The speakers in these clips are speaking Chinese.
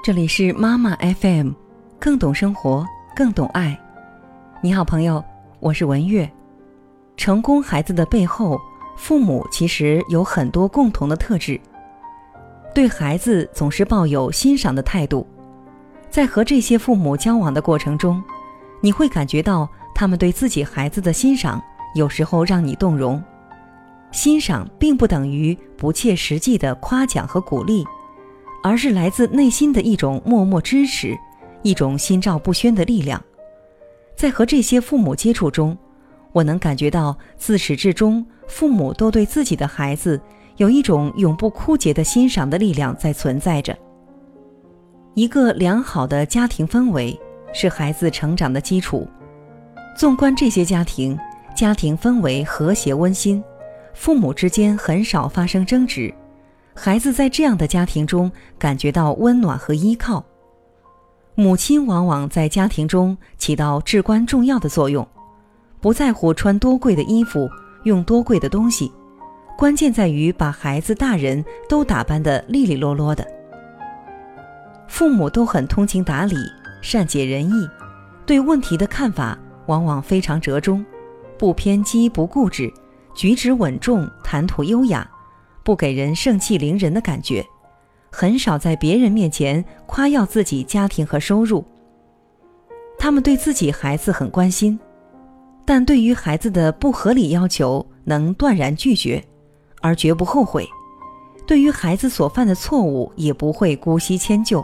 这里是妈妈 FM， 更懂生活，更懂爱。你好朋友，我是文月。成功孩子的背后，父母其实有很多共同的特质。对孩子总是抱有欣赏的态度，在和这些父母交往的过程中，你会感觉到他们对自己孩子的欣赏，有时候让你动容。欣赏并不等于不切实际的夸奖和鼓励，而是来自内心的一种默默支持，一种心照不宣的力量。在和这些父母接触中，我能感觉到自始至终，父母都对自己的孩子有一种永不枯竭的欣赏的力量在存在着。一个良好的家庭氛围是孩子成长的基础。纵观这些家庭氛围和谐温馨，父母之间很少发生争执，孩子在这样的家庭中感觉到温暖和依靠。母亲往往在家庭中起到至关重要的作用，不在乎穿多贵的衣服，用多贵的东西，关键在于把孩子大人都打扮得利利落落的。父母都很通情达理，善解人意，对问题的看法往往非常折中，不偏激不固执，举止稳重，谈吐优雅，不给人盛气凌人的感觉，很少在别人面前夸耀自己家庭和收入。他们对自己孩子很关心，但对于孩子的不合理要求能断然拒绝，而绝不后悔。对于孩子所犯的错误也不会姑息迁就。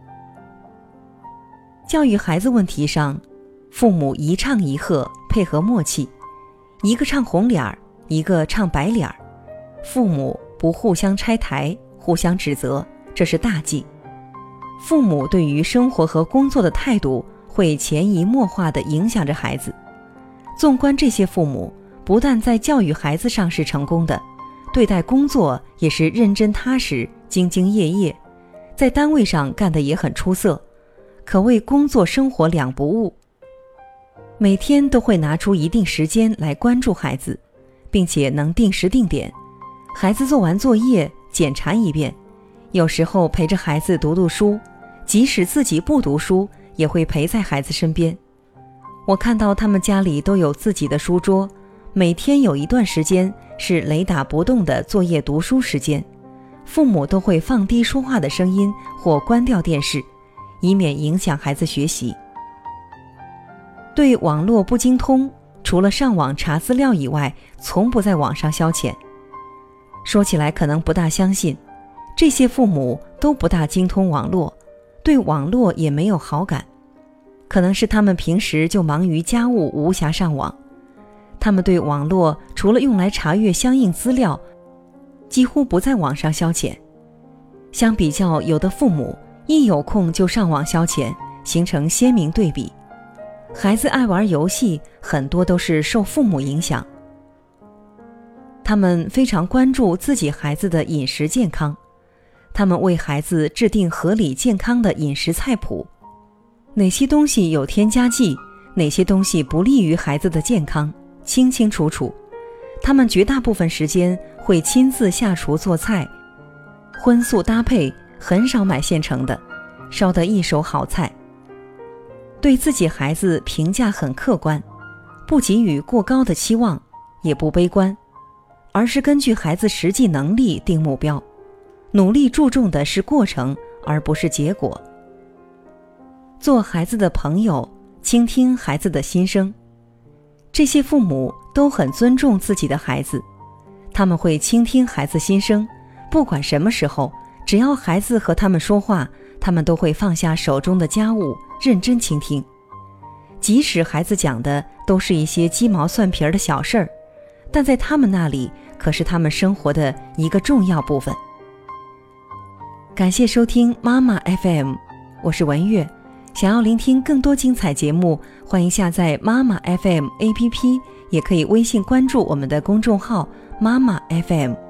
教育孩子问题上，父母一唱一和，配合默契，一个唱红脸，一个唱白脸，父母不互相拆台，互相指责，这是大忌。父母对于生活和工作的态度会潜移默化地影响着孩子。纵观这些父母，不但在教育孩子上是成功的，对待工作也是认真踏实，兢兢业业，在单位上干得也很出色，可谓工作生活两不误。每天都会拿出一定时间来关注孩子，并且能定时定点，孩子做完作业检查一遍，有时候陪着孩子读读书，即使自己不读书也会陪在孩子身边。我看到他们家里都有自己的书桌，每天有一段时间是雷打不动的作业读书时间，父母都会放低说话的声音或关掉电视，以免影响孩子学习。对网络不精通，除了上网查资料以外，从不在网上消遣。说起来可能不大相信，这些父母都不大精通网络，对网络也没有好感。可能是他们平时就忙于家务，无暇上网。他们对网络除了用来查阅相应资料，几乎不在网上消遣。相比较有的父母，一有空就上网消遣，形成鲜明对比。孩子爱玩游戏，很多都是受父母影响。他们非常关注自己孩子的饮食健康，他们为孩子制定合理健康的饮食菜谱，哪些东西有添加剂，哪些东西不利于孩子的健康，清清楚楚。他们绝大部分时间会亲自下厨做菜，荤素搭配，很少买现成的，烧得一手好菜。对自己孩子评价很客观，不给予过高的期望，也不悲观，而是根据孩子实际能力定目标，努力注重的是过程，而不是结果。做孩子的朋友，倾听孩子的心声。这些父母都很尊重自己的孩子，他们会倾听孩子心声，不管什么时候，只要孩子和他们说话，他们都会放下手中的家务，认真倾听。即使孩子讲的都是一些鸡毛蒜皮的小事儿，但在他们那里可是他们生活的一个重要部分。感谢收听妈妈 FM， 我是文月。想要聆听更多精彩节目，欢迎下载妈妈 FM APP， 也可以微信关注我们的公众号妈妈 FM。